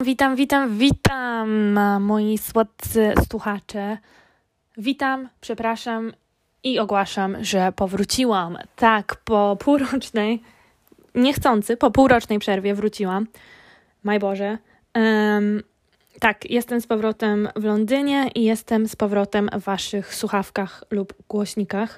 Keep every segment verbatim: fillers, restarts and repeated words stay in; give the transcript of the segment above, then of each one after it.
Witam, witam, witam, moi słodcy słuchacze. Witam, przepraszam i ogłaszam, że powróciłam. Tak, po półrocznej, niechcący, po półrocznej przerwie wróciłam. Maj Boże. Um, tak, jestem z powrotem w Londynie i jestem z powrotem w waszych słuchawkach lub głośnikach.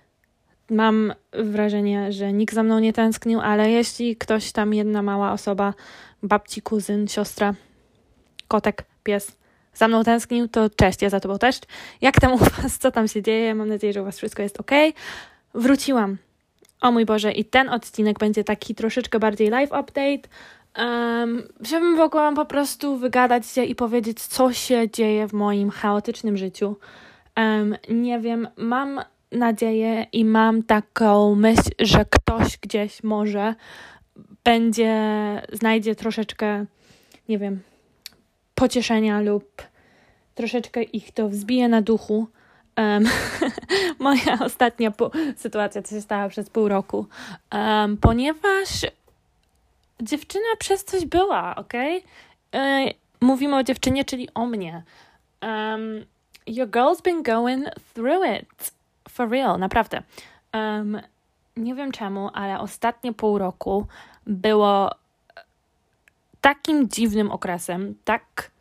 Mam wrażenie, że nikt za mną nie tęsknił, ale jeśli ktoś tam, jedna mała osoba, babci, kuzyn, siostra, kotek, pies za mną tęsknił, to cześć, ja za tobą też. Jak tam u was, co tam się dzieje? Mam nadzieję, że u was wszystko jest okej. Wróciłam. O mój Boże, i ten odcinek będzie taki troszeczkę bardziej live update, um, żebym mogła wam po prostu wygadać się i powiedzieć, co się dzieje w moim chaotycznym życiu. Um, nie wiem, mam nadzieję i mam taką myśl, że ktoś gdzieś może będzie, znajdzie troszeczkę, nie wiem, pocieszenia lub troszeczkę ich to wzbije na duchu. Um, moja ostatnia po- sytuacja, co się stała przez pół roku, um, ponieważ dziewczyna przez coś była, okej? Okay? Mówimy o dziewczynie, czyli o mnie. Um, your girl's been going through it. For real, naprawdę. Um, nie wiem czemu, ale ostatnie pół roku było takim dziwnym okresem, tak,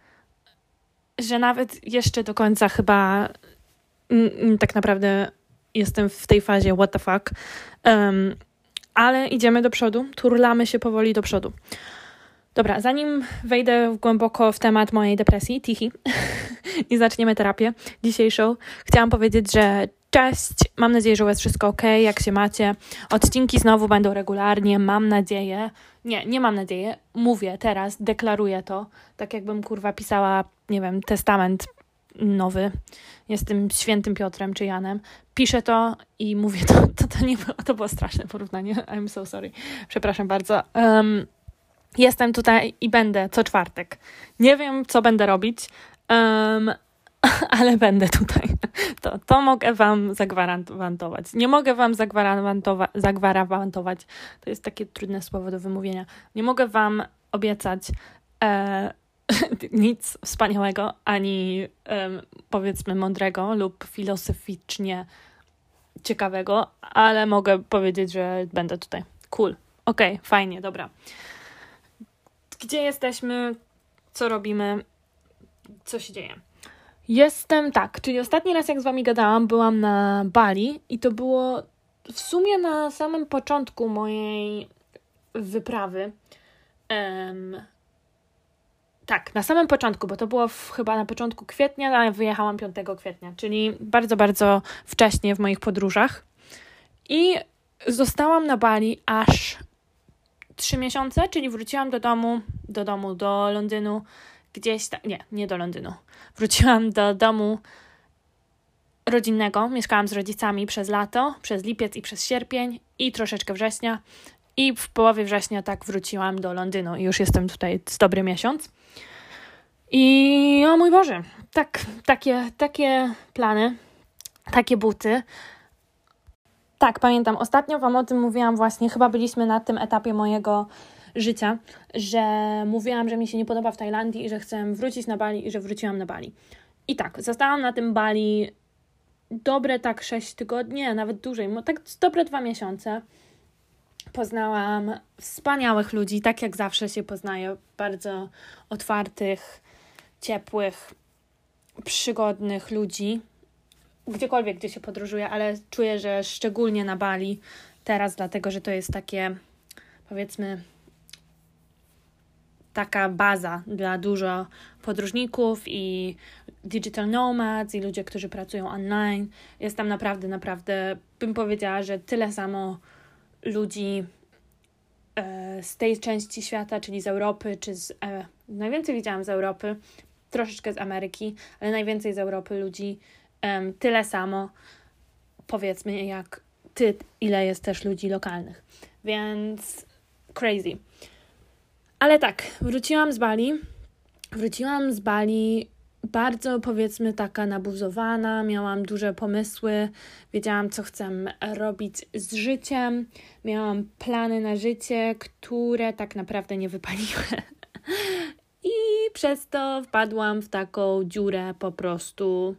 że nawet jeszcze do końca chyba mm, tak naprawdę jestem w tej fazie what the fuck. Um, ale idziemy do przodu, turlamy się powoli do przodu. Dobra, zanim wejdę głęboko w temat mojej depresji, tichi, i zaczniemy terapię dzisiejszą, chciałam powiedzieć, że cześć, mam nadzieję, że u was wszystko ok, jak się macie. Odcinki znowu będą regularnie, mam nadzieję. Nie, nie mam nadzieję, mówię teraz, deklaruję to, tak jakbym kurwa pisała, nie wiem, testament nowy. Jestem świętym Piotrem czy Janem. Piszę to i mówię to, to, to nie było, to było straszne porównanie, I'm so sorry, przepraszam bardzo. Um, jestem tutaj i będę co czwartek. Nie wiem, co będę robić, um, ale będę tutaj. To, to mogę wam zagwarantować. Nie mogę wam zagwarantowa- zagwarantować. To jest takie trudne słowo do wymówienia. Nie mogę wam obiecać e, nic wspaniałego, ani e, powiedzmy mądrego lub filozoficznie ciekawego, ale mogę powiedzieć, że będę tutaj. Cool. Okej, okay, fajnie, dobra. Gdzie jesteśmy? Co robimy? Co się dzieje? Jestem, tak, czyli ostatni raz jak z wami gadałam, byłam na Bali i to było w sumie na samym początku mojej wyprawy. Um, tak, na samym początku, bo to było w, chyba na początku kwietnia, a ja wyjechałam piątego kwietnia, czyli bardzo, bardzo wcześnie w moich podróżach. I zostałam na Bali aż trzy miesiące, czyli wróciłam do domu, do domu, do Londynu, gdzieś tam, nie, nie do Londynu. Wróciłam do domu rodzinnego, mieszkałam z rodzicami przez lato, przez lipiec i przez sierpień i troszeczkę września i w połowie września tak wróciłam do Londynu i już jestem tutaj z dobry miesiąc. I o mój Boże, tak, takie, takie plany, takie buty. Tak, pamiętam, ostatnio wam o tym mówiłam właśnie, chyba byliśmy na tym etapie mojego życia, że mówiłam, że mi się nie podoba w Tajlandii i że chcę wrócić na Bali i że wróciłam na Bali. I tak, zostałam na tym Bali dobre tak sześć tygodni, a nawet dłużej, tak dobre dwa miesiące. Poznałam wspaniałych ludzi, tak jak zawsze się poznaję, bardzo otwartych, ciepłych, przygodnych ludzi. Gdziekolwiek, gdzie się podróżuję, ale czuję, że szczególnie na Bali teraz, dlatego, że to jest takie, powiedzmy, taka baza dla dużo podróżników i digital nomads i ludzie, którzy pracują online. Jest tam naprawdę, naprawdę, bym powiedziała, że tyle samo ludzi e, z tej części świata, czyli z Europy, czy z... E, najwięcej widziałam z Europy, troszeczkę z Ameryki, ale najwięcej z Europy ludzi, e, tyle samo, powiedzmy, jak ty, ile jest też ludzi lokalnych. Więc crazy. Ale tak, wróciłam z Bali. Wróciłam z Bali bardzo, powiedzmy, taka nabuzowana. Miałam duże pomysły. Wiedziałam, co chcę robić z życiem. Miałam plany na życie, które tak naprawdę nie wypaliły. I przez to wpadłam w taką dziurę po prostu,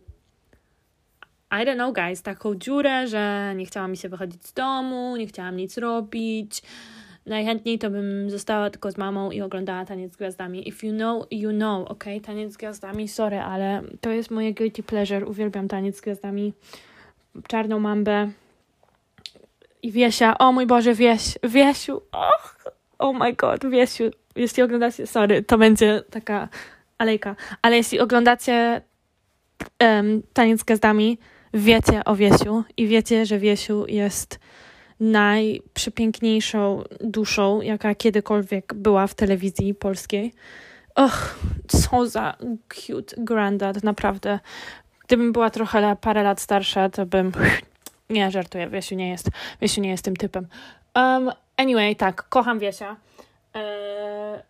I don't know guys, taką dziurę, że nie chciała mi się wychodzić z domu, nie chciałam nic robić. Najchętniej to bym została tylko z mamą i oglądała Taniec z Gwiazdami. If you know, you know, ok? Taniec z Gwiazdami, sorry, ale to jest moje guilty pleasure. Uwielbiam Taniec z Gwiazdami. Czarną Mambę i Wiesia. O mój Boże, Wieś, Wiesiu. Oh, oh my god, Wiesiu. Jeśli oglądacie, sorry, to będzie taka alejka. Ale jeśli oglądacie um, Taniec z Gwiazdami, wiecie o Wiesiu i wiecie, że Wiesiu jest najprzepiękniejszą duszą, jaka kiedykolwiek była w telewizji polskiej. Och, co za cute granddad, naprawdę. Gdybym była trochę parę lat starsza, to bym... Nie, żartuję, Wiesiu nie jest, Wiesiu nie jest tym typem. Um, anyway, tak, kocham Wiesia. Eee...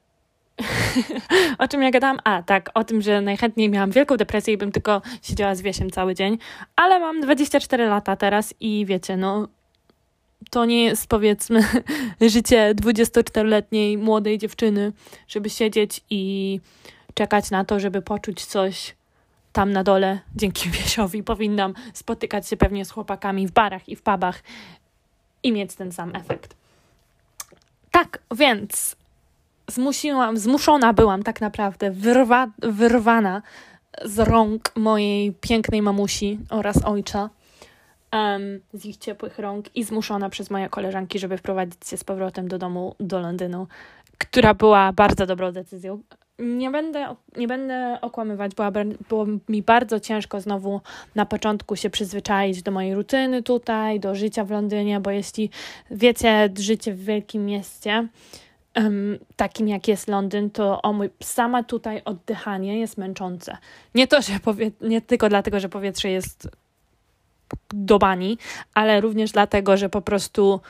o czym ja gadałam? A, tak, o tym, że najchętniej miałam wielką depresję i bym tylko siedziała z Wiesiem cały dzień, ale mam dwadzieścia cztery lata teraz i wiecie, no to nie jest, powiedzmy, życie dwudziestoczteroletniej młodej dziewczyny, żeby siedzieć i czekać na to, żeby poczuć coś tam na dole. Dzięki Wiesiowi powinnam spotykać się pewnie z chłopakami w barach i w pubach i mieć ten sam efekt. Tak, więc zmusiłam, zmuszona byłam tak naprawdę, wyrwa, wyrwana z rąk mojej pięknej mamusi oraz ojca, Um, z ich ciepłych rąk i zmuszona przez moje koleżanki, żeby wprowadzić się z powrotem do domu, do Londynu, która była bardzo dobrą decyzją. Nie będę, nie będę okłamywać, była, było mi bardzo ciężko znowu na początku się przyzwyczaić do mojej rutyny tutaj, do życia w Londynie, bo jeśli wiecie, życie w wielkim mieście, um, takim jak jest Londyn, to o mój, sama tutaj oddychanie jest męczące. Nie to, że powie, nie tylko dlatego, że powietrze jest do bani, ale również dlatego, że po prostu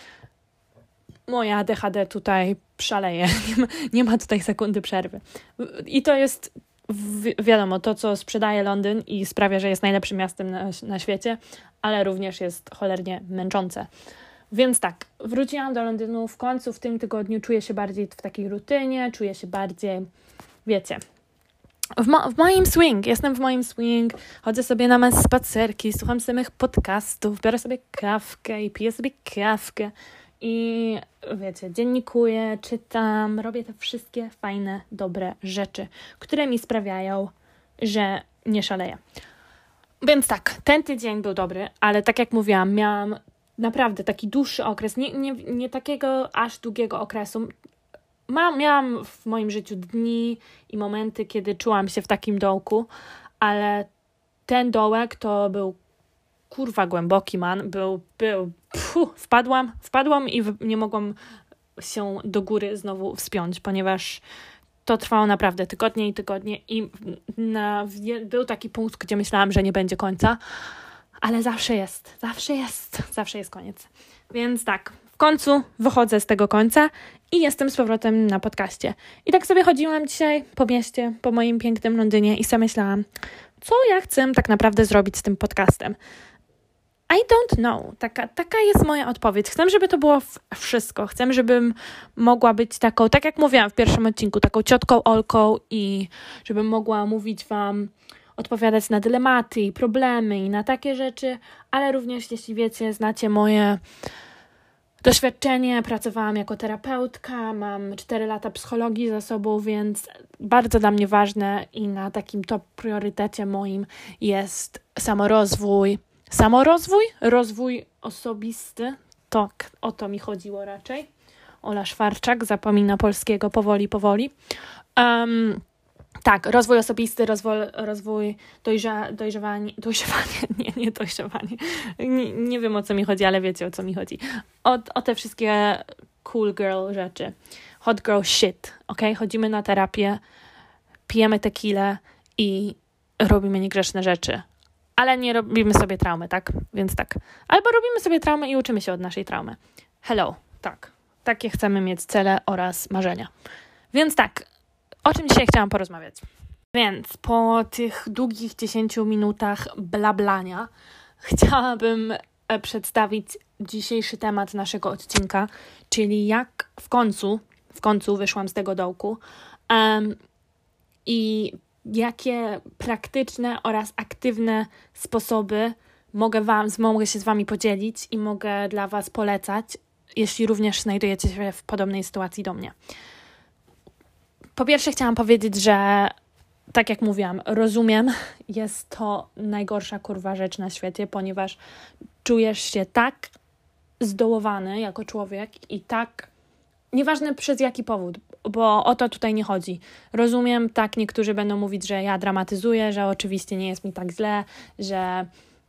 moja A D H D tutaj szaleje. Nie ma, nie ma tutaj sekundy przerwy. I to jest wi- wiadomo, to co sprzedaje Londyn i sprawia, że jest najlepszym miastem na, na świecie, ale również jest cholernie męczące. Więc tak, wróciłam do Londynu w końcu w tym tygodniu, czuję się bardziej w takiej rutynie, czuję się bardziej, wiecie, W, mo- w moim swing, jestem w moim swing, chodzę sobie na małe spacerki, słucham samych podcastów, biorę sobie kawkę i piję sobie kawkę i wiecie, dziennikuję, czytam, robię te wszystkie fajne, dobre rzeczy, które mi sprawiają, że nie szaleję. Więc tak, ten tydzień był dobry, ale tak jak mówiłam, miałam naprawdę taki dłuższy okres, nie, nie, nie takiego aż długiego okresu. Ma, miałam w moim życiu dni i momenty, kiedy czułam się w takim dołku, ale ten dołek to był kurwa głęboki, man. Był, był, pfu, wpadłam, wpadłam i w, nie mogłam się do góry znowu wspiąć, ponieważ to trwało naprawdę tygodnie i tygodnie i na, był taki punkt, gdzie myślałam, że nie będzie końca, ale zawsze jest, zawsze jest, zawsze jest koniec. Więc tak, w końcu wychodzę z tego końca i jestem z powrotem na podcaście. I tak sobie chodziłam dzisiaj po mieście, po moim pięknym Londynie i sobie myślałam, co ja chcę tak naprawdę zrobić z tym podcastem. I don't know. Taka, taka jest moja odpowiedź. Chcę, żeby to było wszystko. Chcę, żebym mogła być taką, tak jak mówiłam w pierwszym odcinku, taką ciotką Olką i żebym mogła mówić wam, odpowiadać na dylematy i problemy i na takie rzeczy, ale również, jeśli wiecie, znacie moje doświadczenie, pracowałam jako terapeutka, mam cztery lata psychologii za sobą, więc bardzo dla mnie ważne i na takim top priorytecie moim jest samorozwój. Samorozwój? Rozwój osobisty. Tak, o to mi chodziło raczej. Ola Szwarczak, zapomina polskiego powoli, powoli. Um, tak, rozwój osobisty, rozwój, rozwój dojrza, dojrzewanie, dojrzewanie, nie, nie dojrzewanie. Nie, nie wiem, o co mi chodzi, ale wiecie, o co mi chodzi. O, o te wszystkie cool girl rzeczy. Hot girl shit, ok? Chodzimy na terapię, pijemy tequilę i robimy niegrzeczne rzeczy. Ale nie robimy sobie traumy, tak? Więc tak. Albo robimy sobie traumę i uczymy się od naszej traumy. Hello, tak. Takie chcemy mieć cele oraz marzenia. Więc tak, o czym dzisiaj chciałam porozmawiać? Więc po tych długich dziesięciu minutach blablania chciałabym przedstawić dzisiejszy temat naszego odcinka, czyli jak w końcu, w końcu wyszłam z tego dołku um, i jakie praktyczne oraz aktywne sposoby mogę, wam, mogę się z wami podzielić i mogę dla was polecać, jeśli również znajdujecie się w podobnej sytuacji do mnie. Po pierwsze chciałam powiedzieć, że tak jak mówiłam, rozumiem, jest to najgorsza kurwa rzecz na świecie, ponieważ czujesz się tak zdołowany jako człowiek i tak, nieważne przez jaki powód, bo o to tutaj nie chodzi. Rozumiem, tak, niektórzy będą mówić, że ja dramatyzuję, że oczywiście nie jest mi tak źle, że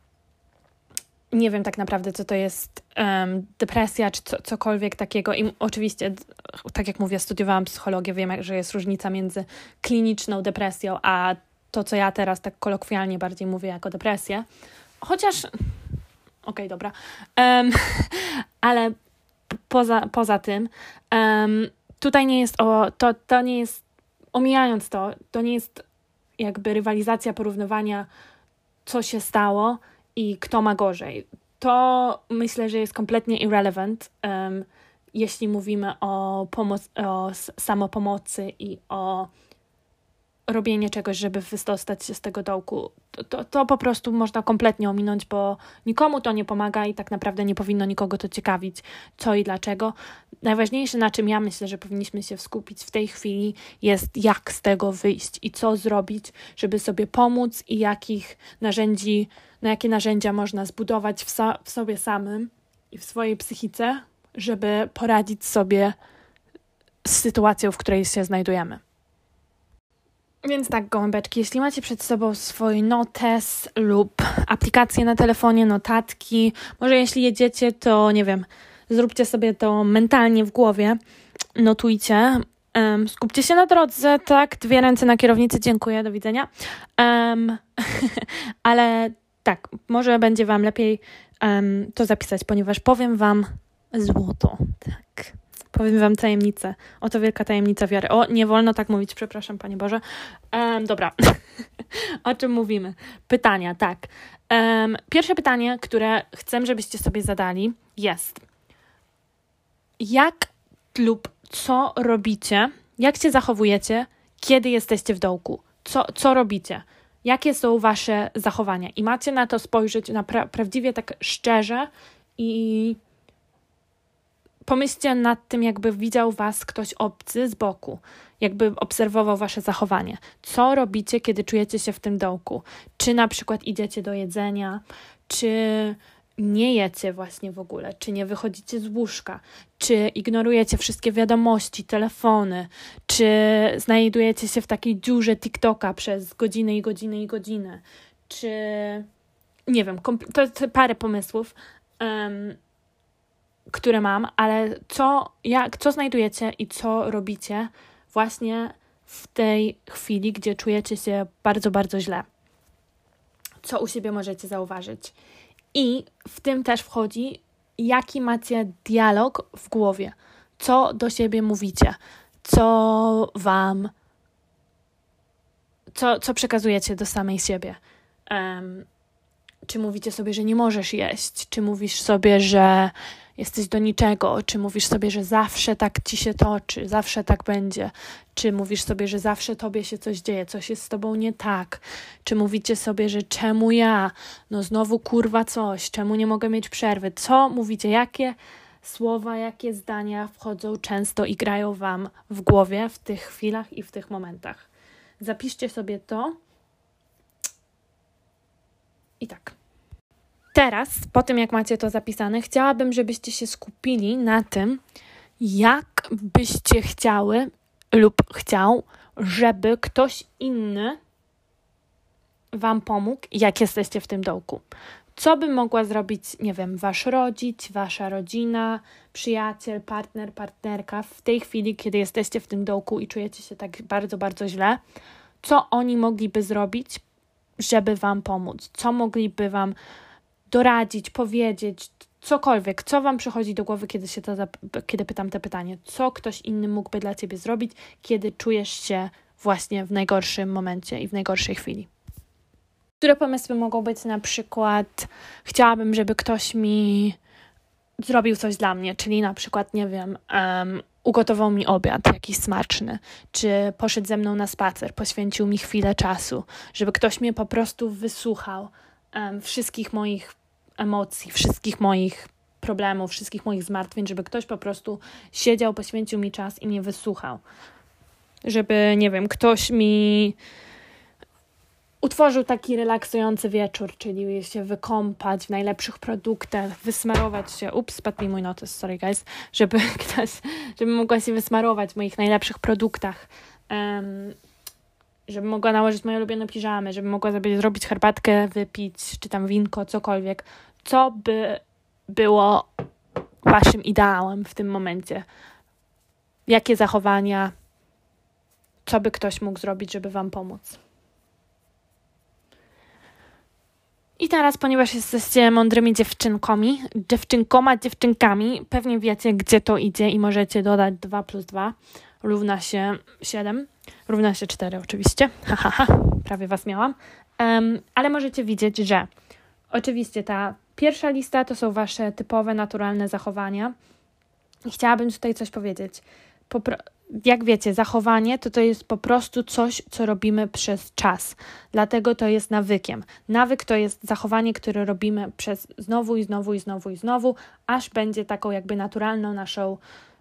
nie wiem tak naprawdę, co to jest um, depresja, czy co, cokolwiek takiego. I oczywiście, tak jak mówię, studiowałam psychologię, wiem, że jest różnica między kliniczną depresją, a to, co ja teraz tak kolokwialnie bardziej mówię jako depresję. Chociaż, okej, okay, dobra. Um, ale poza, poza tym, um, tutaj nie jest o, to, to nie jest, omijając to, to nie jest jakby rywalizacja, porównywania, co się stało i kto ma gorzej. To myślę, że jest kompletnie irrelevant, um, jeśli mówimy o, pomoc, o samopomocy i o robienie czegoś, żeby wydostać się z tego dołku. To, to, to po prostu można kompletnie ominąć, bo nikomu to nie pomaga i tak naprawdę nie powinno nikogo to ciekawić, co i dlaczego. Najważniejsze, na czym ja myślę, że powinniśmy się skupić w tej chwili, jest jak z tego wyjść i co zrobić, żeby sobie pomóc i jakich narzędzi, na jakie narzędzia można zbudować w, sa- w sobie samym i w swojej psychice, żeby poradzić sobie z sytuacją, w której się znajdujemy. Więc tak, gołąbeczki, jeśli macie przed sobą swój notes lub aplikację na telefonie, notatki, może jeśli jedziecie, to nie wiem, zróbcie sobie to mentalnie w głowie, notujcie, um, skupcie się na drodze, tak, dwie ręce na kierownicy, dziękuję, do widzenia, um, ale tak, może będzie wam lepiej um, to zapisać, ponieważ powiem wam złoto, tak. Powiem wam tajemnicę. Oto wielka tajemnica wiary. O, nie wolno tak mówić, przepraszam, Panie Boże. Um, dobra, o czym mówimy? Pytania, tak. Um, pierwsze pytanie, które chcę, żebyście sobie zadali, jest: jak lub co robicie, jak się zachowujecie, kiedy jesteście w dołku? Co, co robicie? Jakie są wasze zachowania? I macie na to spojrzeć na pra- prawdziwie tak szczerze i pomyślcie nad tym, jakby widział was ktoś obcy z boku, jakby obserwował wasze zachowanie. Co robicie, kiedy czujecie się w tym dołku? Czy na przykład idziecie do jedzenia, czy nie jecie właśnie w ogóle, czy nie wychodzicie z łóżka, czy ignorujecie wszystkie wiadomości, telefony, czy znajdujecie się w takiej dziurze TikToka przez godziny i godziny i godziny, czy nie wiem, kompl- to, to parę pomysłów, um, które mam, ale co, jak, co znajdujecie i co robicie właśnie w tej chwili, gdzie czujecie się bardzo, bardzo źle. Co u siebie możecie zauważyć. I w tym też wchodzi, jaki macie dialog w głowie. Co do siebie mówicie. Co wam, co, co przekazujecie do samej siebie. Um, czy mówicie sobie, że nie możesz jeść? Czy mówisz sobie, że jesteś do niczego? Czy mówisz sobie, że zawsze tak ci się toczy, zawsze tak będzie? Czy mówisz sobie, że zawsze tobie się coś dzieje, coś jest z tobą nie tak? Czy mówicie sobie, że czemu ja? No znowu kurwa coś, czemu nie mogę mieć przerwy? Co mówicie? Jakie słowa, jakie zdania wchodzą często i grają wam w głowie w tych chwilach i w tych momentach? Zapiszcie sobie to. I tak. Teraz, po tym jak macie to zapisane, chciałabym, żebyście się skupili na tym, jak byście chciały lub chciał, żeby ktoś inny wam pomógł, jak jesteście w tym dołku. Co by mogła zrobić, nie wiem, wasz rodzic, wasza rodzina, przyjaciel, partner, partnerka w tej chwili, kiedy jesteście w tym dołku i czujecie się tak bardzo, bardzo źle? Co oni mogliby zrobić, żeby wam pomóc? Co mogliby wam doradzić, powiedzieć, cokolwiek, co wam przychodzi do głowy, kiedy się to, kiedy pytam te pytanie, co ktoś inny mógłby dla ciebie zrobić, kiedy czujesz się właśnie w najgorszym momencie i w najgorszej chwili. Które pomysły mogą być na przykład, chciałabym, żeby ktoś mi zrobił coś dla mnie, czyli na przykład, nie wiem, um, ugotował mi obiad jakiś smaczny, czy poszedł ze mną na spacer, poświęcił mi chwilę czasu, żeby ktoś mnie po prostu wysłuchał um, wszystkich moich emocji, wszystkich moich problemów, wszystkich moich zmartwień, żeby ktoś po prostu siedział, poświęcił mi czas i mnie wysłuchał. Żeby, nie wiem, ktoś mi utworzył taki relaksujący wieczór, czyli się wykąpać w najlepszych produktach, wysmarować się, ups, spadł mi mój notes, sorry guys, żeby ktoś, żeby mogła się wysmarować w moich najlepszych produktach, um, żeby mogła nałożyć moje ulubione piżamy, żeby mogła sobie zrobić herbatkę, wypić, czy tam winko, cokolwiek, co by było waszym ideałem w tym momencie. Jakie zachowania, co by ktoś mógł zrobić, żeby wam pomóc. I teraz, ponieważ jesteście mądrymi dziewczynkami, dziewczynkoma, dziewczynkami, pewnie wiecie, gdzie to idzie i możecie dodać dwa plus dwa równa się siedem, równa się cztery oczywiście, ha, ha, ha, prawie was miałam, um, ale możecie widzieć, że oczywiście ta pierwsza lista to są wasze typowe, naturalne zachowania i chciałabym tutaj coś powiedzieć. Popro- jak wiecie, zachowanie to to jest po prostu coś, co robimy przez czas. Dlatego to jest nawykiem. Nawyk to jest zachowanie, które robimy przez znowu i znowu i znowu i znowu, aż będzie taką jakby naturalną naszą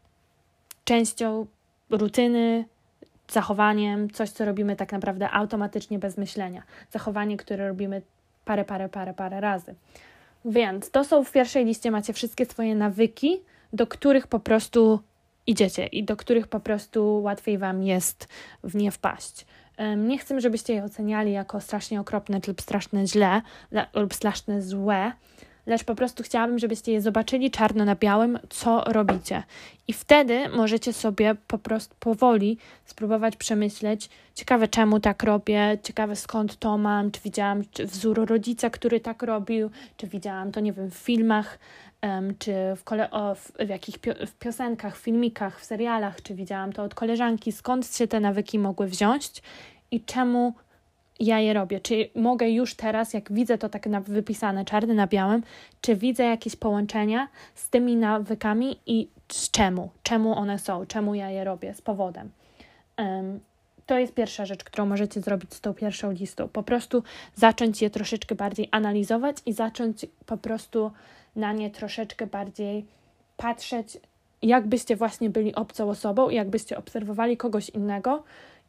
częścią rutyny, zachowaniem, coś, co robimy tak naprawdę automatycznie, bez myślenia. Zachowanie, które robimy parę, parę, parę, parę razy. Więc to są w pierwszej liście, macie wszystkie swoje nawyki, do których po prostu idziecie i do których po prostu łatwiej wam jest w nie wpaść. Nie chcę, żebyście je oceniali jako strasznie okropne lub strasznie źle lub strasznie złe, lecz po prostu chciałabym, żebyście je zobaczyli czarno na białym, co robicie. I wtedy możecie sobie po prostu powoli spróbować przemyśleć, ciekawe czemu tak robię, ciekawe skąd to mam, czy widziałam czy wzór rodzica, który tak robił, czy widziałam to, nie wiem, w filmach, um, czy w, kole- o, w, w jakich pio- w piosenkach, w filmikach, w serialach, czy widziałam to od koleżanki, skąd się te nawyki mogły wziąć i czemu ja je robię. Czy mogę już teraz, jak widzę to tak na, wypisane czarny na białym, czy widzę jakieś połączenia z tymi nawykami i z czemu? Czemu one są? Czemu ja je robię? Z powodem. Um, to jest pierwsza rzecz, którą możecie zrobić z tą pierwszą listą. Po prostu zacząć je troszeczkę bardziej analizować i zacząć po prostu na nie troszeczkę bardziej patrzeć, jakbyście właśnie byli obcą osobą, jakbyście obserwowali kogoś innego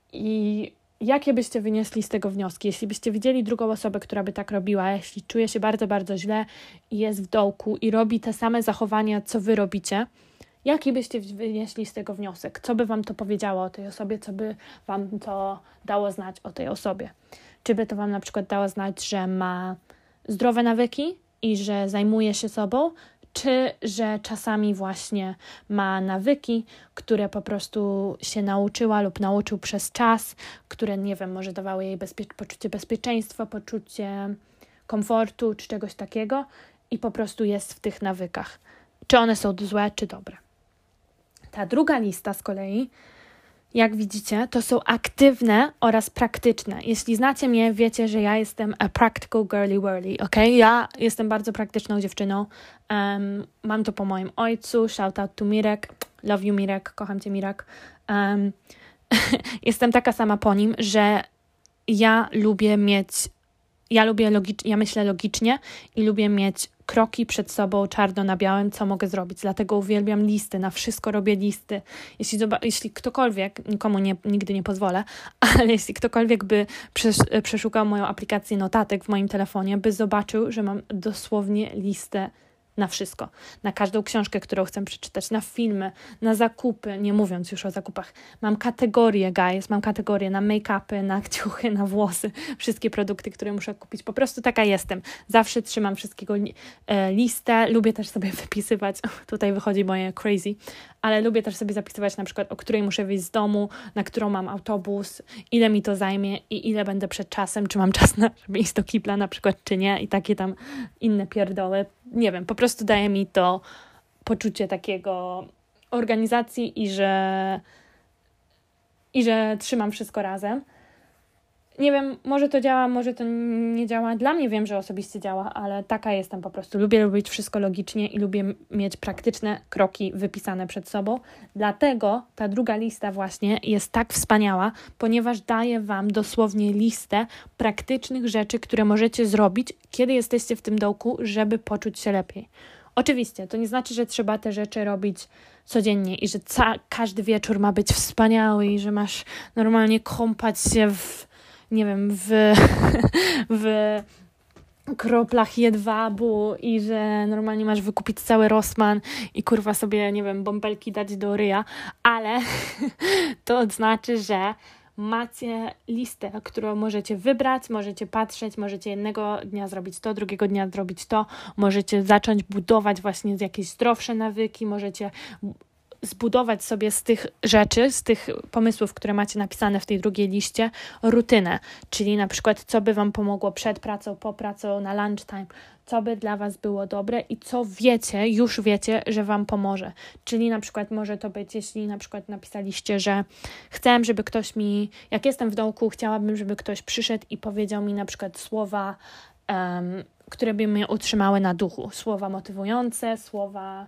i jakie byście wynieśli z tego wnioski? Jeśli byście widzieli drugą osobę, która by tak robiła, jeśli czuje się bardzo, bardzo źle i jest w dołku i robi te same zachowania, co wy robicie, jaki byście wynieśli z tego wniosek? Co by wam to powiedziało o tej osobie? Co by wam to dało znać o tej osobie? Czy by to wam na przykład dało znać, że ma zdrowe nawyki i że zajmuje się sobą? Czy że czasami właśnie ma nawyki, które po prostu się nauczyła lub nauczył przez czas, które, nie wiem, może dawały jej bezpie- poczucie bezpieczeństwa, poczucie komfortu czy czegoś takiego i po prostu jest w tych nawykach. Czy one są złe, czy dobre. Ta druga lista z kolei, jak widzicie, to są aktywne oraz praktyczne. Jeśli znacie mnie, wiecie, że ja jestem a practical girly whirly, ok? Ja jestem bardzo praktyczną dziewczyną. Um, mam to po moim ojcu. Shout out to Mirek. Love you, Mirek. Kocham cię, Mirek. Um, jestem taka sama po nim, że ja lubię mieć, ja lubię logicz, ja myślę logicznie i lubię mieć kroki przed sobą czarno na białym, co mogę zrobić. Dlatego uwielbiam listy, na wszystko robię listy. Jeśli, jeśli ktokolwiek, nikomu nie, nigdy nie pozwolę, ale jeśli ktokolwiek by przesz, przeszukał moją aplikację notatek w moim telefonie, by zobaczył, że mam dosłownie listę na wszystko. Na każdą książkę, którą chcę przeczytać, na filmy, na zakupy, nie mówiąc już o zakupach. Mam kategorie, guys, mam kategorie na make-upy, na ciuchy, na włosy, wszystkie produkty, które muszę kupić. Po prostu taka jestem. Zawsze trzymam wszystkiego li- e, listę. Lubię też sobie wypisywać, tutaj wychodzi moje crazy, ale lubię też sobie zapisywać na przykład, o której muszę wyjść z domu, na którą mam autobus, ile mi to zajmie i ile będę przed czasem, czy mam czas na, żeby iść do kibla na przykład, czy nie i takie tam inne pierdoły. Nie wiem, po prostu daje mi to poczucie takiego organizacji i że, i że trzymam wszystko razem. Nie wiem, może to działa, może to nie działa. Dla mnie wiem, że osobiście działa, ale taka jestem po prostu. Lubię robić wszystko logicznie i lubię mieć praktyczne kroki wypisane przed sobą. Dlatego ta druga lista właśnie jest tak wspaniała, ponieważ daje Wam dosłownie listę praktycznych rzeczy, które możecie zrobić, kiedy jesteście w tym dołku, żeby poczuć się lepiej. Oczywiście, to nie znaczy, że trzeba te rzeczy robić codziennie i że ca- każdy wieczór ma być wspaniały i że masz normalnie kąpać się w, nie wiem, w, w kroplach jedwabu i że normalnie masz wykupić cały Rossmann i kurwa sobie, nie wiem, bąbelki dać do ryja, ale to znaczy, że macie listę, którą możecie wybrać, możecie patrzeć, możecie jednego dnia zrobić to, drugiego dnia zrobić to, możecie zacząć budować właśnie jakieś zdrowsze nawyki, możecie zbudować sobie z tych rzeczy, z tych pomysłów, które macie napisane w tej drugiej liście, rutynę, czyli na przykład co by Wam pomogło przed pracą, po pracą, na lunchtime, co by dla Was było dobre i co wiecie, już wiecie, że Wam pomoże. Czyli na przykład może to być, jeśli na przykład napisaliście, że chcę, żeby ktoś mi, jak jestem w dołku, chciałabym, żeby ktoś przyszedł i powiedział mi na przykład słowa, um, które by mnie utrzymały na duchu. Słowa motywujące, słowa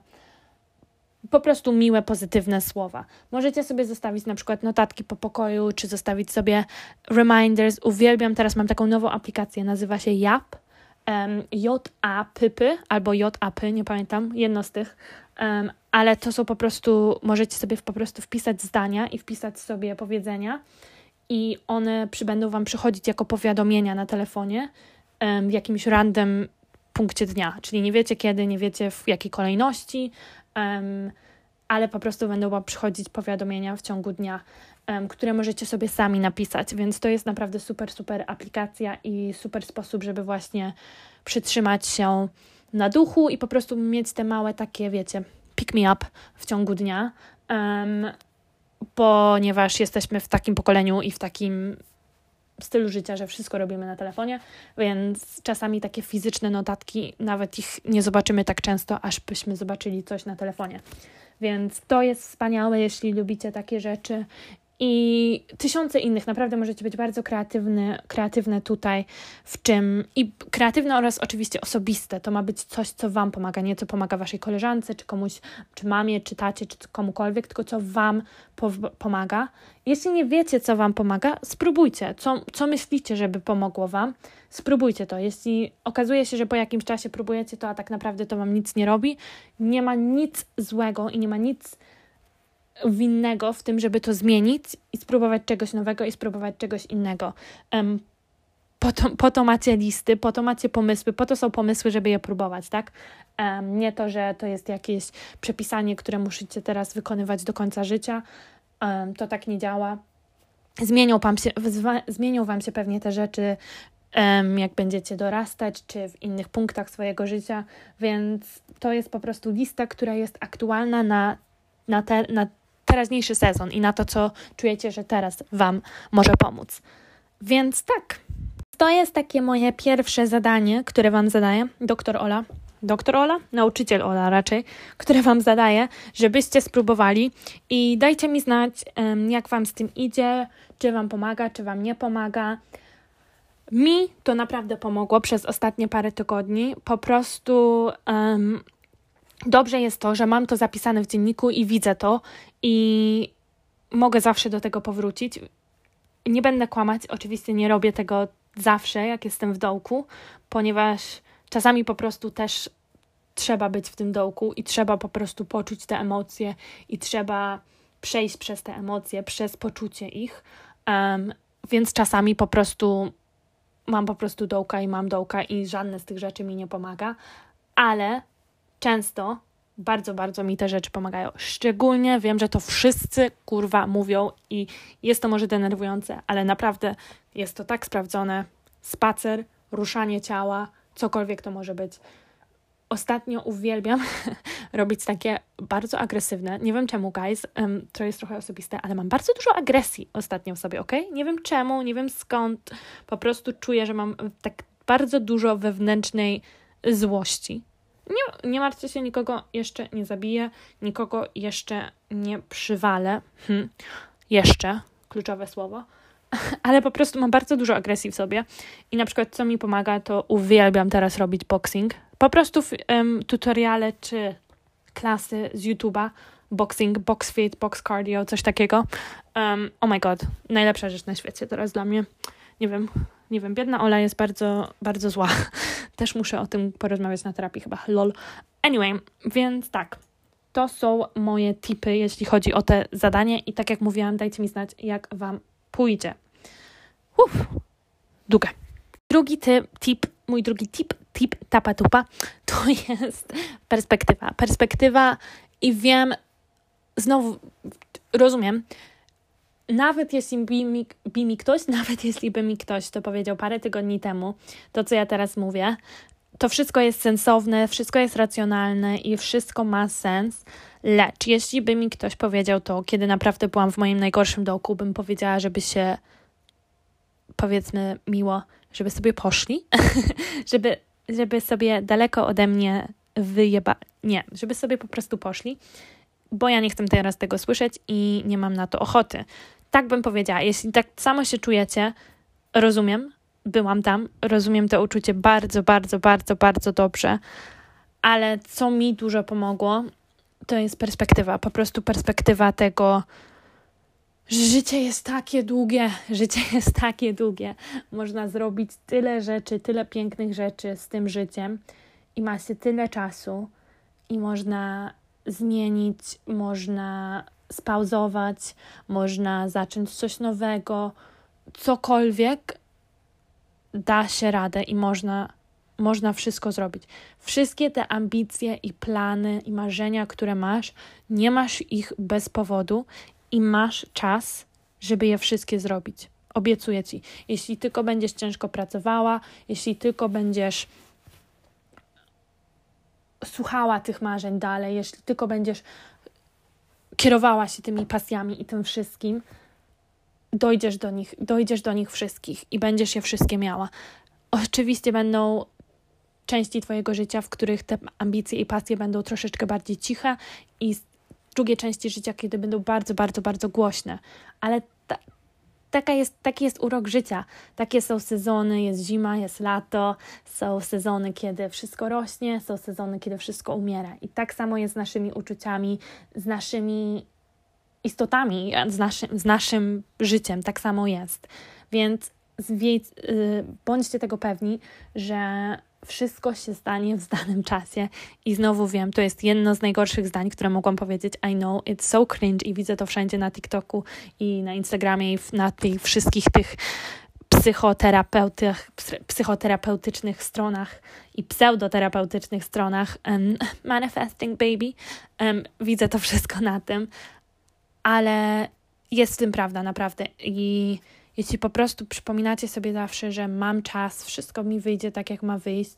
po prostu miłe, pozytywne słowa. Możecie sobie zostawić na przykład notatki po pokoju, czy zostawić sobie reminders. Uwielbiam, teraz mam taką nową aplikację, nazywa się Yap, um, J-A-P-P albo J-A-P, nie pamiętam, jedno z tych, um, ale to są po prostu, możecie sobie po prostu wpisać zdania i wpisać sobie powiedzenia i one przybędą Wam przychodzić jako powiadomienia na telefonie um, w jakimś random punkcie dnia, czyli nie wiecie kiedy, nie wiecie w jakiej kolejności, Um, ale po prostu będą Wam przychodzić powiadomienia w ciągu dnia, um, które możecie sobie sami napisać, więc to jest naprawdę super, super aplikacja i super sposób, żeby właśnie przytrzymać się na duchu i po prostu mieć te małe takie, wiecie, pick me up w ciągu dnia, um, ponieważ jesteśmy w takim pokoleniu i w takim stylu życia, że wszystko robimy na telefonie, więc czasami takie fizyczne notatki, nawet ich nie zobaczymy tak często, aż byśmy zobaczyli coś na telefonie. Więc to jest wspaniałe, jeśli lubicie takie rzeczy i tysiące innych. Naprawdę możecie być bardzo kreatywny, kreatywne tutaj w czym i kreatywne oraz oczywiście osobiste. To ma być coś, co Wam pomaga, nie co pomaga Waszej koleżance, czy komuś, czy mamie, czy tacie, czy komukolwiek, tylko co Wam po- pomaga. Jeśli nie wiecie, co Wam pomaga, spróbujcie. Co, co myślicie, żeby pomogło Wam? Spróbujcie to. Jeśli okazuje się, że po jakimś czasie próbujecie to, a tak naprawdę to Wam nic nie robi, nie ma nic złego i nie ma nic winnego w tym, żeby to zmienić i spróbować czegoś nowego i spróbować czegoś innego. Um, po, to, po to macie listy, po to macie pomysły, po to są pomysły, żeby je próbować, tak? Um, nie to, że to jest jakieś przepisanie, które musicie teraz wykonywać do końca życia. Um, to tak nie działa. Zmienią wam się, zmienią Wam się pewnie te rzeczy, um, jak będziecie dorastać, czy w innych punktach swojego życia, więc to jest po prostu lista, która jest aktualna na, na, te, na teraźniejszy sezon i na to, co czujecie, że teraz Wam może pomóc. Więc tak, to jest takie moje pierwsze zadanie, które Wam zadaje doktor Ola. Doktor Ola? Nauczyciel Ola raczej, które Wam zadaje, żebyście spróbowali i dajcie mi znać, jak Wam z tym idzie, czy Wam pomaga, czy Wam nie pomaga. Mi to naprawdę pomogło przez ostatnie parę tygodni. Po prostu um, dobrze jest to, że mam to zapisane w dzienniku i widzę to i mogę zawsze do tego powrócić. Nie będę kłamać, oczywiście nie robię tego zawsze, jak jestem w dołku, ponieważ czasami po prostu też trzeba być w tym dołku i trzeba po prostu poczuć te emocje i trzeba przejść przez te emocje, przez poczucie ich, um, więc czasami po prostu mam po prostu dołka i mam dołka i żadne z tych rzeczy mi nie pomaga, ale często bardzo, bardzo mi te rzeczy pomagają. Szczególnie wiem, że to wszyscy kurwa mówią i jest to może denerwujące, ale naprawdę jest to tak sprawdzone. Spacer, ruszanie ciała, cokolwiek to może być. Ostatnio uwielbiam robić takie bardzo agresywne, nie wiem czemu guys, um, to jest trochę osobiste, ale mam bardzo dużo agresji ostatnio w sobie, ok? Nie wiem czemu, nie wiem skąd, po prostu czuję, że mam tak bardzo dużo wewnętrznej złości. Nie, nie martwcie się, nikogo jeszcze nie zabiję, nikogo jeszcze nie przywalę. Hm. Jeszcze, kluczowe słowo. ale po prostu mam bardzo dużo agresji w sobie i na przykład co mi pomaga, to uwielbiam teraz robić boxing. Po prostu um, tutoriale czy klasy z YouTube'a, boxing, box fit, box cardio, coś takiego. Um, oh my god, najlepsza rzecz na świecie teraz dla mnie. Nie wiem, nie wiem, biedna Ola jest bardzo, bardzo zła. Też muszę o tym porozmawiać na terapii chyba, lol. Anyway, więc tak, to są moje tipy, jeśli chodzi o te zadanie i tak jak mówiłam, dajcie mi znać, jak wam pójdzie. Uff, długie. Drugi typ, tip, mój drugi tip, tip tapa tupa, to jest perspektywa. Perspektywa i wiem, znowu rozumiem, nawet jeśli by mi, by mi ktoś, nawet jeśli by mi ktoś to powiedział parę tygodni temu, to co ja teraz mówię, to wszystko jest sensowne, wszystko jest racjonalne i wszystko ma sens, lecz jeśli by mi ktoś powiedział to, kiedy naprawdę byłam w moim najgorszym dołku, bym powiedziała, żeby się, powiedzmy miło, żeby sobie poszli, żeby, żeby sobie daleko ode mnie wyjeba... Nie, żeby sobie po prostu poszli, bo ja nie chcę teraz tego słyszeć i nie mam na to ochoty. Tak bym powiedziała. Jeśli tak samo się czujecie, rozumiem, byłam tam, rozumiem to uczucie bardzo, bardzo, bardzo, bardzo dobrze, ale co mi dużo pomogło, to jest perspektywa. Po prostu perspektywa tego, że życie jest takie długie, życie jest takie długie. Można zrobić tyle rzeczy, tyle pięknych rzeczy z tym życiem i ma się tyle czasu i można zmienić, można spauzować, można zacząć coś nowego, cokolwiek da się radę i można, można wszystko zrobić. Wszystkie te ambicje i plany i marzenia, które masz, nie masz ich bez powodu i masz czas, żeby je wszystkie zrobić. Obiecuję ci. Jeśli tylko będziesz ciężko pracowała, jeśli tylko będziesz słuchała tych marzeń dalej, jeśli tylko będziesz kierowała się tymi pasjami i tym wszystkim, dojdziesz do nich, dojdziesz do nich wszystkich i będziesz je wszystkie miała. Oczywiście będą części twojego życia, w których te ambicje i pasje będą troszeczkę bardziej ciche i drugie części życia, kiedy będą bardzo, bardzo, bardzo głośne. Ale ta, taka jest, taki jest urok życia. Takie są sezony, jest zima, jest lato, są sezony, kiedy wszystko rośnie, są sezony, kiedy wszystko umiera. I tak samo jest z naszymi uczuciami, z naszymi istotami, z naszym, z naszym życiem. Tak samo jest. Więc zwiedz, yy, bądźcie tego pewni, że wszystko się stanie w danym czasie i znowu wiem, to jest jedno z najgorszych zdań, które mogłam powiedzieć. I know, it's so cringe i widzę to wszędzie na TikToku i na Instagramie i na tych wszystkich tych psychoterapeutych, psychoterapeutycznych stronach i pseudoterapeutycznych stronach um, Manifesting Baby. Um, widzę to wszystko na tym, ale jest w tym prawda, naprawdę. I jeśli po prostu przypominacie sobie zawsze, że mam czas, wszystko mi wyjdzie tak, jak ma wyjść,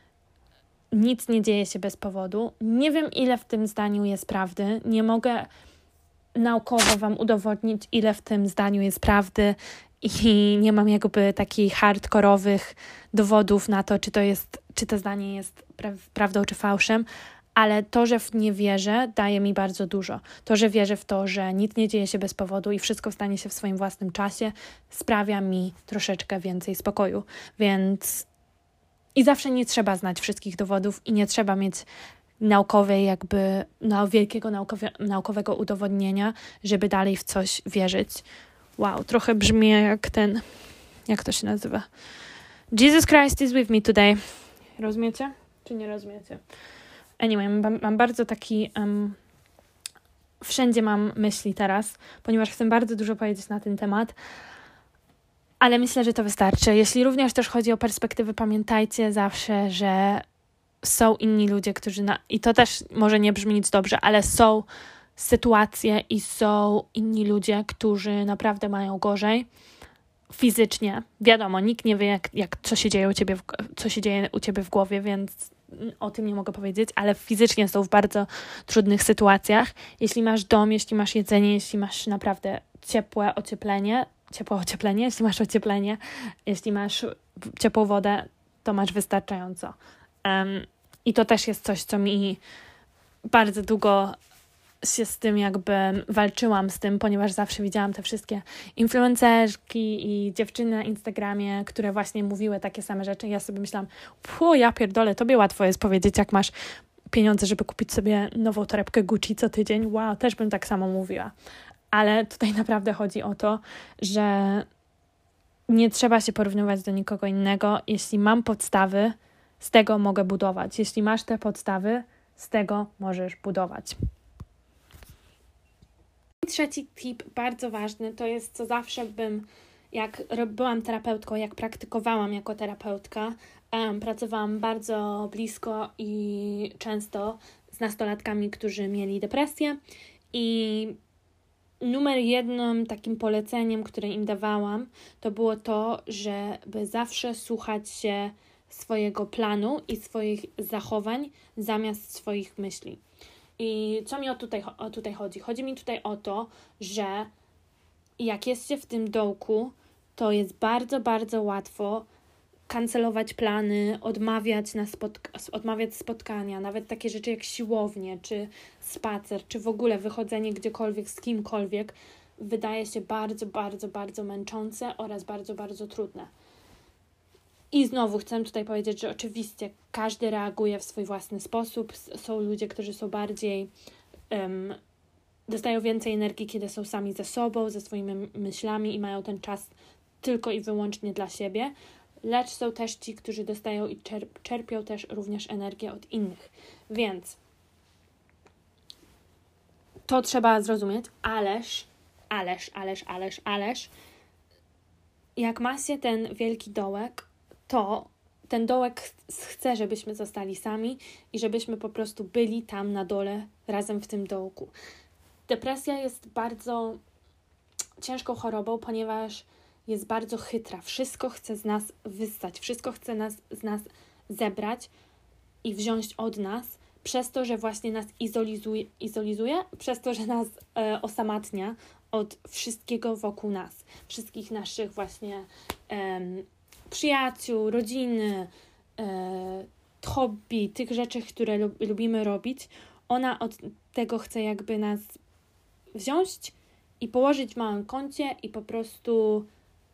nic nie dzieje się bez powodu. Nie wiem, ile w tym zdaniu jest prawdy. Nie mogę naukowo wam udowodnić, ile w tym zdaniu jest prawdy i nie mam jakby takich hardkorowych dowodów na to, czy to jest, czy to zdanie jest pra- prawdą czy fałszem, ale to, że w nie wierzę, daje mi bardzo dużo. To, że wierzę w to, że nic nie dzieje się bez powodu i wszystko stanie się w swoim własnym czasie, sprawia mi troszeczkę więcej spokoju. Więc i zawsze nie trzeba znać wszystkich dowodów i nie trzeba mieć naukowej jakby, no, wielkiego naukowe, naukowego udowodnienia, żeby dalej w coś wierzyć. Wow, trochę brzmi jak ten, jak to się nazywa? Jesus Christ is with me today. Rozumiecie? Czy nie rozumiecie? Anyway, mam, mam bardzo taki... Um, wszędzie mam myśli teraz, ponieważ chcę bardzo dużo powiedzieć na ten temat, ale myślę, że to wystarczy. Jeśli również też chodzi o perspektywy, pamiętajcie zawsze, że są inni ludzie, którzy... Na, i to też może nie brzmi nic dobrze, ale są sytuacje i są inni ludzie, którzy naprawdę mają gorzej fizycznie. Wiadomo, nikt nie wie, jak, jak, co się dzieje u ciebie w, co się dzieje u ciebie w głowie, więc o tym nie mogę powiedzieć, ale fizycznie są w bardzo trudnych sytuacjach. Jeśli masz dom, jeśli masz jedzenie, jeśli masz naprawdę ciepłe ocieplenie, ciepłe ocieplenie, jeśli masz ocieplenie, jeśli masz ciepłą wodę, to masz wystarczająco. Um, I to też jest coś, co mi bardzo długo się z tym jakby walczyłam z tym, ponieważ zawsze widziałam te wszystkie influencerki i dziewczyny na Instagramie, które właśnie mówiły takie same rzeczy. I ja sobie myślałam, pu, ja pierdolę, tobie łatwo jest powiedzieć, jak masz pieniądze, żeby kupić sobie nową torebkę Gucci co tydzień. Wow, też bym tak samo mówiła. Ale tutaj naprawdę chodzi o to, że nie trzeba się porównywać do nikogo innego. Jeśli mam podstawy, z tego mogę budować. Jeśli masz te podstawy, z tego możesz budować. Trzeci tip, bardzo ważny, to jest co zawsze bym, jak byłam terapeutką, jak praktykowałam jako terapeutka, um, pracowałam bardzo blisko i często z nastolatkami, którzy mieli depresję i numer jednym takim poleceniem, które im dawałam, to było to, żeby zawsze słuchać się swojego planu i swoich zachowań zamiast swoich myśli. I co mi o tutaj, o tutaj chodzi? Chodzi mi tutaj o to, że jak jest się w tym dołku, to jest bardzo, bardzo łatwo kancelować plany, odmawiać, na spotka- odmawiać spotkania, nawet takie rzeczy jak siłownie, czy spacer, czy w ogóle wychodzenie gdziekolwiek z kimkolwiek wydaje się bardzo, bardzo, bardzo męczące oraz bardzo, bardzo trudne. I znowu chcę tutaj powiedzieć, że oczywiście każdy reaguje w swój własny sposób. Są ludzie, którzy są bardziej, um, dostają więcej energii, kiedy są sami ze sobą, ze swoimi myślami i mają ten czas tylko i wyłącznie dla siebie. Lecz są też ci, którzy dostają i czerp- czerpią też również energię od innych. Więc to trzeba zrozumieć, ależ, ależ, ależ, ależ, ależ, jak ma się ten wielki dołek, to ten dołek chce, żebyśmy zostali sami i żebyśmy po prostu byli tam na dole razem w tym dołku. Depresja jest bardzo ciężką chorobą, ponieważ jest bardzo chytra. Wszystko chce z nas wyssać, wszystko chce nas, z nas zebrać i wziąć od nas, przez to, że właśnie nas izolizuje, izolizuje przez to, że nas e, osamatnia od wszystkiego wokół nas. Wszystkich naszych właśnie em, przyjaciół, rodziny, e, hobby, tych rzeczy, które lub, lubimy robić. Ona od tego chce jakby nas wziąć i położyć w małym kącie i po prostu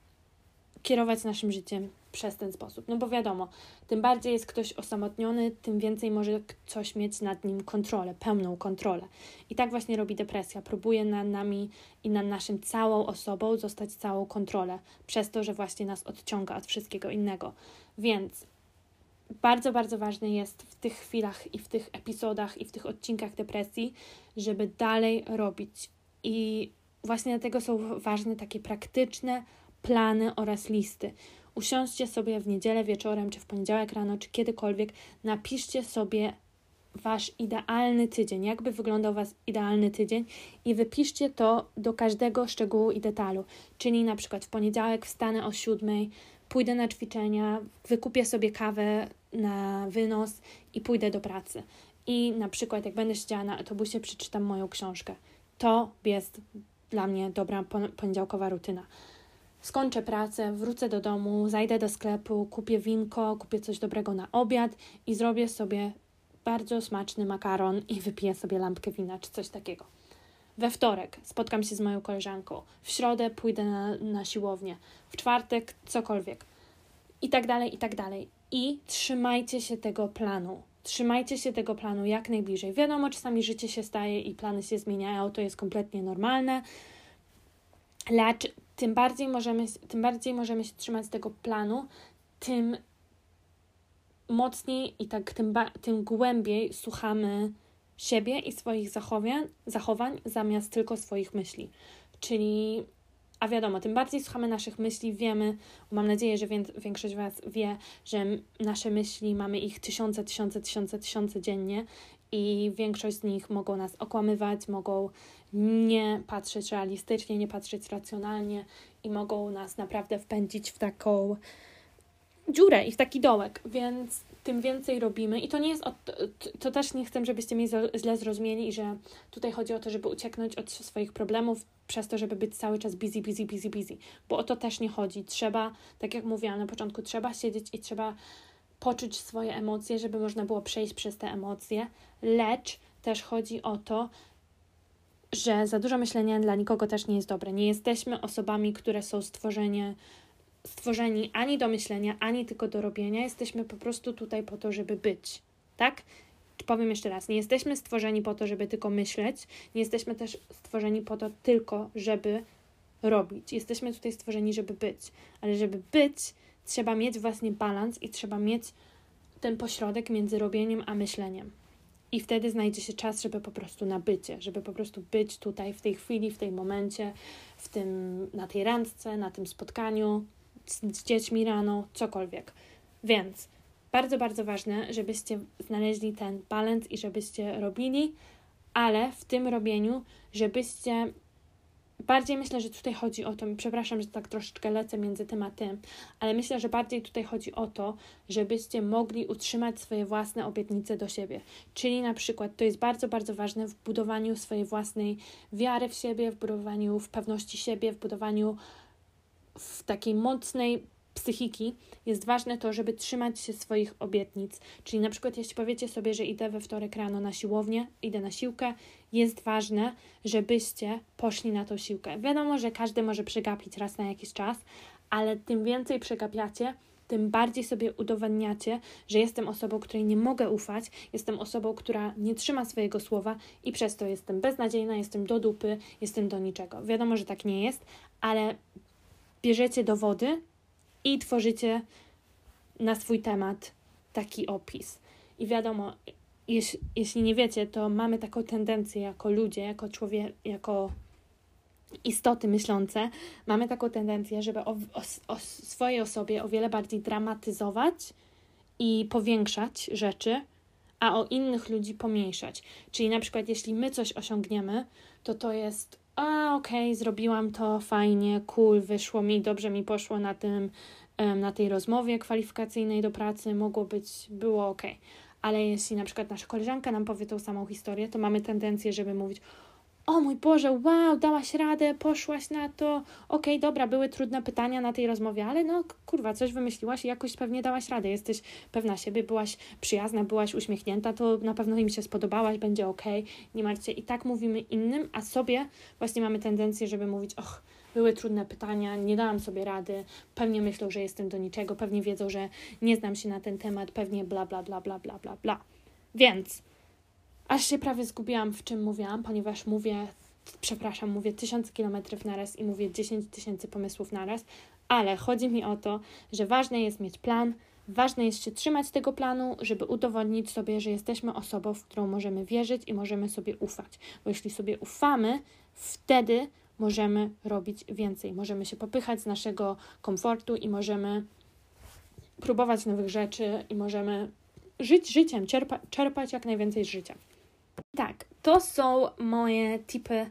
kierować naszym życiem przez ten sposób. No bo wiadomo, tym bardziej jest ktoś osamotniony, tym więcej może coś mieć nad nim kontrolę, pełną kontrolę. I tak właśnie robi depresja. Próbuje nad nami i nad naszym całą osobą zostać całą kontrolę, przez to, że właśnie nas odciąga od wszystkiego innego. Więc bardzo, bardzo ważne jest w tych chwilach i w tych epizodach i w tych odcinkach depresji, żeby dalej robić. I właśnie dlatego są ważne takie praktyczne plany oraz listy. Usiądźcie sobie w niedzielę wieczorem, czy w poniedziałek rano, czy kiedykolwiek, napiszcie sobie wasz idealny tydzień, jakby wyglądał wasz idealny tydzień i wypiszcie to do każdego szczegółu i detalu. Czyli na przykład w poniedziałek wstanę o siódmej, pójdę na ćwiczenia, wykupię sobie kawę na wynos i pójdę do pracy. I na przykład jak będę siedziała na autobusie, przeczytam moją książkę. To jest dla mnie dobra poniedziałkowa rutyna. Skończę pracę, wrócę do domu, zajdę do sklepu, kupię winko, kupię coś dobrego na obiad i zrobię sobie bardzo smaczny makaron i wypiję sobie lampkę wina czy coś takiego. We wtorek spotkam się z moją koleżanką, w środę pójdę na, na siłownię, w czwartek cokolwiek i tak dalej, i tak dalej. I trzymajcie się tego planu. Trzymajcie się tego planu jak najbliżej. Wiadomo, czasami życie się staje i plany się zmieniają, to jest kompletnie normalne, lecz tym bardziej możemy, tym bardziej możemy się trzymać tego planu, tym mocniej i tak tym, ba- tym głębiej słuchamy siebie i swoich zachowań, zachowań zamiast tylko swoich myśli. Czyli, a wiadomo, tym bardziej słuchamy naszych myśli, wiemy, mam nadzieję, że wię- większość Was wie, że nasze myśli, mamy ich tysiące, tysiące, tysiące, tysiące dziennie i większość z nich mogą nas okłamywać, mogą nie patrzeć realistycznie, nie patrzeć racjonalnie i mogą nas naprawdę wpędzić w taką dziurę i w taki dołek, więc tym więcej robimy i to nie jest, od, to też nie chcę, żebyście mnie źle zrozumieli i że tutaj chodzi o to, żeby ucieknąć od swoich problemów przez to, żeby być cały czas busy, busy, busy, busy, bo o to też nie chodzi. Trzeba, tak jak mówiłam na początku, trzeba siedzieć i trzeba poczuć swoje emocje, żeby można było przejść przez te emocje, lecz też chodzi o to, że za dużo myślenia dla nikogo też nie jest dobre. Nie jesteśmy osobami, które są stworzenie, stworzeni ani do myślenia, ani tylko do robienia. Jesteśmy po prostu tutaj po to, żeby być. Tak? Powiem jeszcze raz. Nie jesteśmy stworzeni po to, żeby tylko myśleć. Nie jesteśmy też stworzeni po to tylko, żeby robić. Jesteśmy tutaj stworzeni, żeby być. Ale żeby być, trzeba mieć właśnie balans i trzeba mieć ten pośrodek między robieniem a myśleniem. I wtedy znajdzie się czas, żeby po prostu na bycie, żeby po prostu być tutaj w tej chwili, w tej momencie, w tym, na tej randce, na tym spotkaniu z, z dziećmi rano, cokolwiek. Więc bardzo, bardzo ważne, żebyście znaleźli ten balans i żebyście robili, ale w tym robieniu, żebyście bardziej myślę, że tutaj chodzi o to, przepraszam, że tak troszeczkę lecę między tym a tym, ale myślę, że bardziej tutaj chodzi o to, żebyście mogli utrzymać swoje własne obietnice do siebie. Czyli na przykład to jest bardzo, bardzo ważne w budowaniu swojej własnej wiary w siebie, w budowaniu w pewności siebie, w budowaniu w takiej mocnej psychiki. Jest ważne to, żeby trzymać się swoich obietnic. Czyli na przykład jeśli powiecie sobie, że idę we wtorek rano na siłownię, idę na siłkę, jest ważne, żebyście poszli na tą siłkę. Wiadomo, że każdy może przegapić raz na jakiś czas, ale tym więcej przegapiacie, tym bardziej sobie udowadniacie, że jestem osobą, której nie mogę ufać, jestem osobą, która nie trzyma swojego słowa i przez to jestem beznadziejna, jestem do dupy, jestem do niczego. Wiadomo, że tak nie jest, ale bierzecie dowody i tworzycie na swój temat taki opis. I wiadomo, jeśli, jeśli nie wiecie, to mamy taką tendencję jako ludzie, jako człowiek, jako istoty myślące, mamy taką tendencję, żeby o, o, o swojej osobie o wiele bardziej dramatyzować i powiększać rzeczy, a o innych ludzi pomniejszać. Czyli na przykład jeśli my coś osiągniemy, to to jest a okej, okay, zrobiłam to, fajnie, cool, wyszło mi, dobrze mi poszło na tym, na tej rozmowie kwalifikacyjnej do pracy, mogło być, było okej. Okay. Ale jeśli na przykład nasza koleżanka nam powie tą samą historię, to mamy tendencję, żeby mówić o mój Boże, wow, dałaś radę, poszłaś na to, okej, okay, dobra, były trudne pytania na tej rozmowie, ale no kurwa, coś wymyśliłaś i jakoś pewnie dałaś radę, jesteś pewna siebie, byłaś przyjazna, byłaś uśmiechnięta, to na pewno im się spodobałaś, będzie okej, okay, nie martwcie. I tak mówimy innym, a sobie właśnie mamy tendencję, żeby mówić, och, były trudne pytania, nie dałam sobie rady, pewnie myślą, że jestem do niczego, pewnie wiedzą, że nie znam się na ten temat, pewnie bla, bla, bla, bla, bla, bla, bla. Więc aż się prawie zgubiłam, w czym mówiłam, ponieważ mówię, przepraszam, mówię tysiąc kilometrów naraz i mówię dziesięć tysięcy pomysłów naraz, ale chodzi mi o to, że ważne jest mieć plan, ważne jest się trzymać tego planu, żeby udowodnić sobie, że jesteśmy osobą, w którą możemy wierzyć i możemy sobie ufać. Bo jeśli sobie ufamy, wtedy możemy robić więcej. Możemy się popychać z naszego komfortu i możemy próbować nowych rzeczy i możemy żyć życiem, czerpa, czerpać jak najwięcej z życia. Tak, to są moje tipy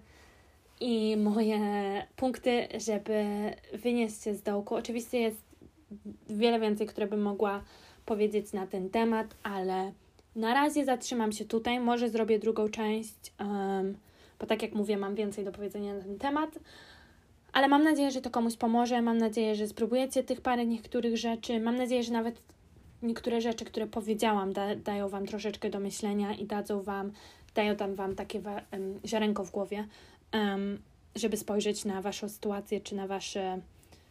i moje punkty, żeby wynieść się z dołku. Oczywiście jest wiele więcej, które bym mogła powiedzieć na ten temat, ale na razie zatrzymam się tutaj. Może zrobię drugą część, um, bo tak jak mówię, mam więcej do powiedzenia na ten temat. Ale mam nadzieję, że to komuś pomoże. Mam nadzieję, że spróbujecie tych parę niektórych rzeczy. Mam nadzieję, że nawet niektóre rzeczy, które powiedziałam, da, dają Wam troszeczkę do myślenia i dadzą Wam, dają tam Wam takie wa- um, ziarenko w głowie, um, żeby spojrzeć na Waszą sytuację, czy na Wasze,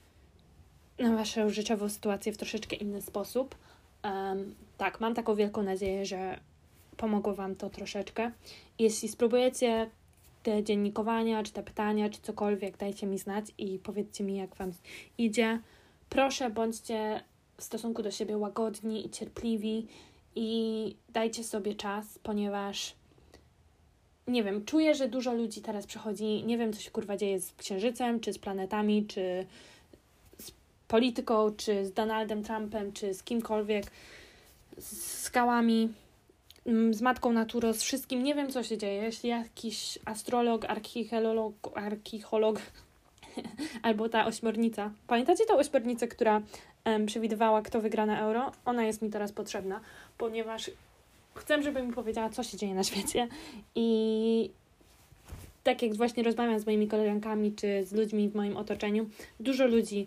na Waszą życiową sytuację w troszeczkę inny sposób. Um, tak, mam taką wielką nadzieję, że pomogło Wam to troszeczkę. Jeśli spróbujecie te dziennikowania, czy te pytania, czy cokolwiek, dajcie mi znać i powiedzcie mi, jak Wam idzie. Proszę, bądźcie w stosunku do siebie łagodni i cierpliwi i dajcie sobie czas, ponieważ nie wiem, czuję, że dużo ludzi teraz przychodzi, nie wiem, co się kurwa dzieje z Księżycem, czy z planetami, czy z polityką, czy z Donaldem Trumpem, czy z kimkolwiek, z skałami, z matką naturą, z wszystkim. Nie wiem, co się dzieje. Jeśli jakiś astrolog, archeolog, archeolog albo ta ośmiornica. Pamiętacie tą ośmiornicę, która um, przewidywała, kto wygra na euro? Ona jest mi teraz potrzebna, ponieważ chcę, żeby mi powiedziała, co się dzieje na świecie. I tak jak właśnie rozmawiam z moimi koleżankami, czy z ludźmi w moim otoczeniu, dużo ludzi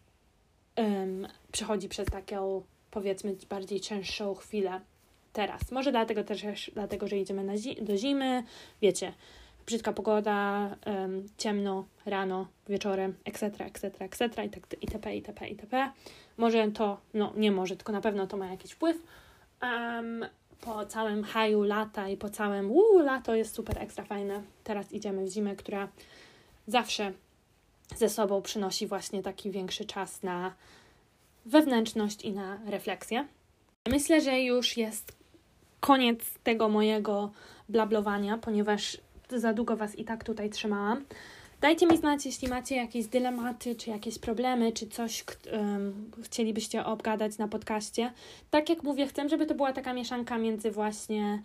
um, przechodzi przez taką, powiedzmy, bardziej cięższą chwilę teraz. Może dlatego też, dlatego, że idziemy na zi- do zimy, wiecie, brzydka pogoda, um, ciemno, rano, wieczorem, etc., etc., etc., i tak itp., itp., itp. Może to, no nie może, tylko na pewno to ma jakiś wpływ. Um, po całym haju lata i po całym uuu, lato jest super ekstra fajne. Teraz idziemy w zimę, która zawsze ze sobą przynosi właśnie taki większy czas na wewnętrzność i na refleksję. Myślę, że już jest koniec tego mojego blablowania, ponieważ za długo Was i tak tutaj trzymałam. Dajcie mi znać, jeśli macie jakieś dylematy, czy jakieś problemy, czy coś um, chcielibyście obgadać na podcaście. Tak jak mówię, chcę, żeby to była taka mieszanka między właśnie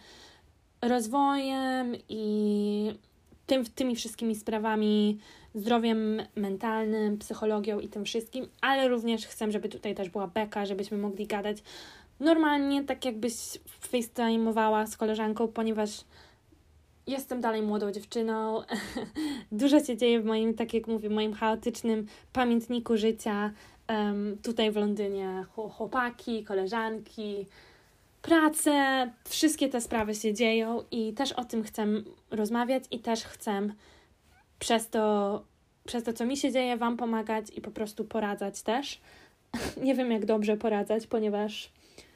rozwojem i tym, tymi wszystkimi sprawami, zdrowiem mentalnym, psychologią i tym wszystkim, ale również chcę, żeby tutaj też była beka, żebyśmy mogli gadać normalnie, tak jakbyś facetime'owała z koleżanką, ponieważ jestem dalej młodą dziewczyną. Dużo się dzieje w moim, tak jak mówię, moim chaotycznym pamiętniku życia. Um, tutaj w Londynie chłopaki, koleżanki, prace, wszystkie te sprawy się dzieją i też o tym chcę rozmawiać i też chcę przez to, przez to, co mi się dzieje, Wam pomagać i po prostu poradzać też. Nie wiem, jak dobrze poradzać, ponieważ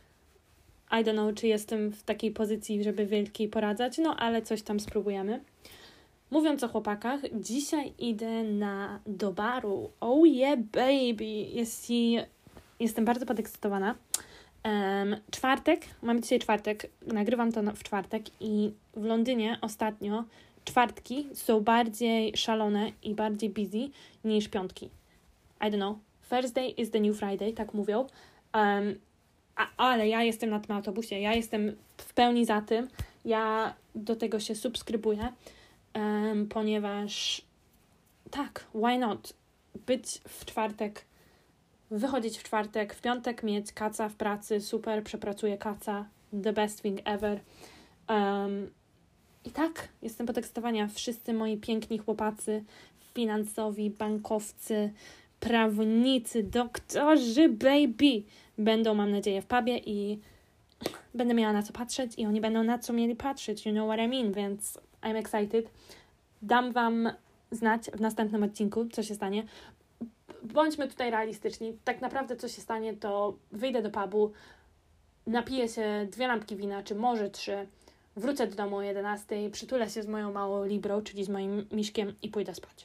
I don't know, czy jestem w takiej pozycji, żeby wielkiej poradzać, no ale coś tam spróbujemy. Mówiąc o chłopakach, dzisiaj idę na do baru. Oh yeah, baby! Jest i, jestem bardzo podekscytowana. Um, czwartek, mamy dzisiaj czwartek, nagrywam to w czwartek i w Londynie ostatnio czwartki są bardziej szalone i bardziej busy niż piątki. I don't know. Thursday is the new Friday, tak mówią. Um, a, ale ja jestem na tym autobusie, ja jestem w pełni za tym. Ja do tego się subskrybuję, um, ponieważ tak, why not? Być w czwartek, wychodzić w czwartek, w piątek mieć kaca w pracy, super, przepracuję kaca, the best thing ever. Um, I tak, jestem podekscytowana. Wszyscy moi piękni chłopacy, finansowi, bankowcy, prawnicy, doktorzy, baby, będą, mam nadzieję, w pubie i będę miała na co patrzeć i oni będą na co mieli patrzeć, you know what I mean, więc I'm excited. Dam Wam znać w następnym odcinku, co się stanie. Bądźmy tutaj realistyczni. Tak naprawdę, co się stanie, to wyjdę do pubu, napiję się dwie lampki wina, czy może trzy, wrócę do domu o jedenastej, przytulę się z moją małą Librą, czyli z moim miśkiem i pójdę spać.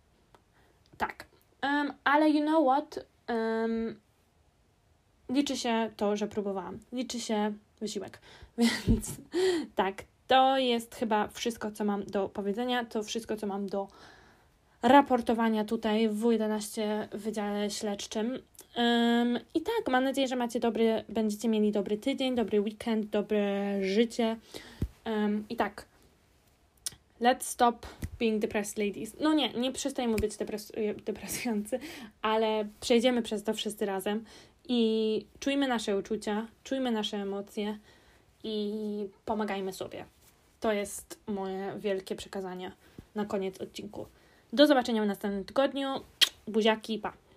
Tak. Um, ale you know what? Um, liczy się to, że próbowałam. Liczy się wysiłek. Więc tak, to jest chyba wszystko, co mam do powiedzenia. To wszystko, co mam do raportowania tutaj w W jedenaście Wydziale Śledczym. Um, I tak, mam nadzieję, że macie dobry, będziecie mieli dobry tydzień, dobry weekend, dobre życie. Um, I tak, let's stop being depressed, ladies. No nie, nie przestajemy być depres- depresujący, ale przejdziemy przez to wszyscy razem i czujmy nasze uczucia, czujmy nasze emocje i pomagajmy sobie. To jest moje wielkie przekazanie na koniec odcinku. Do zobaczenia w następnym tygodniu. Buziaki, pa!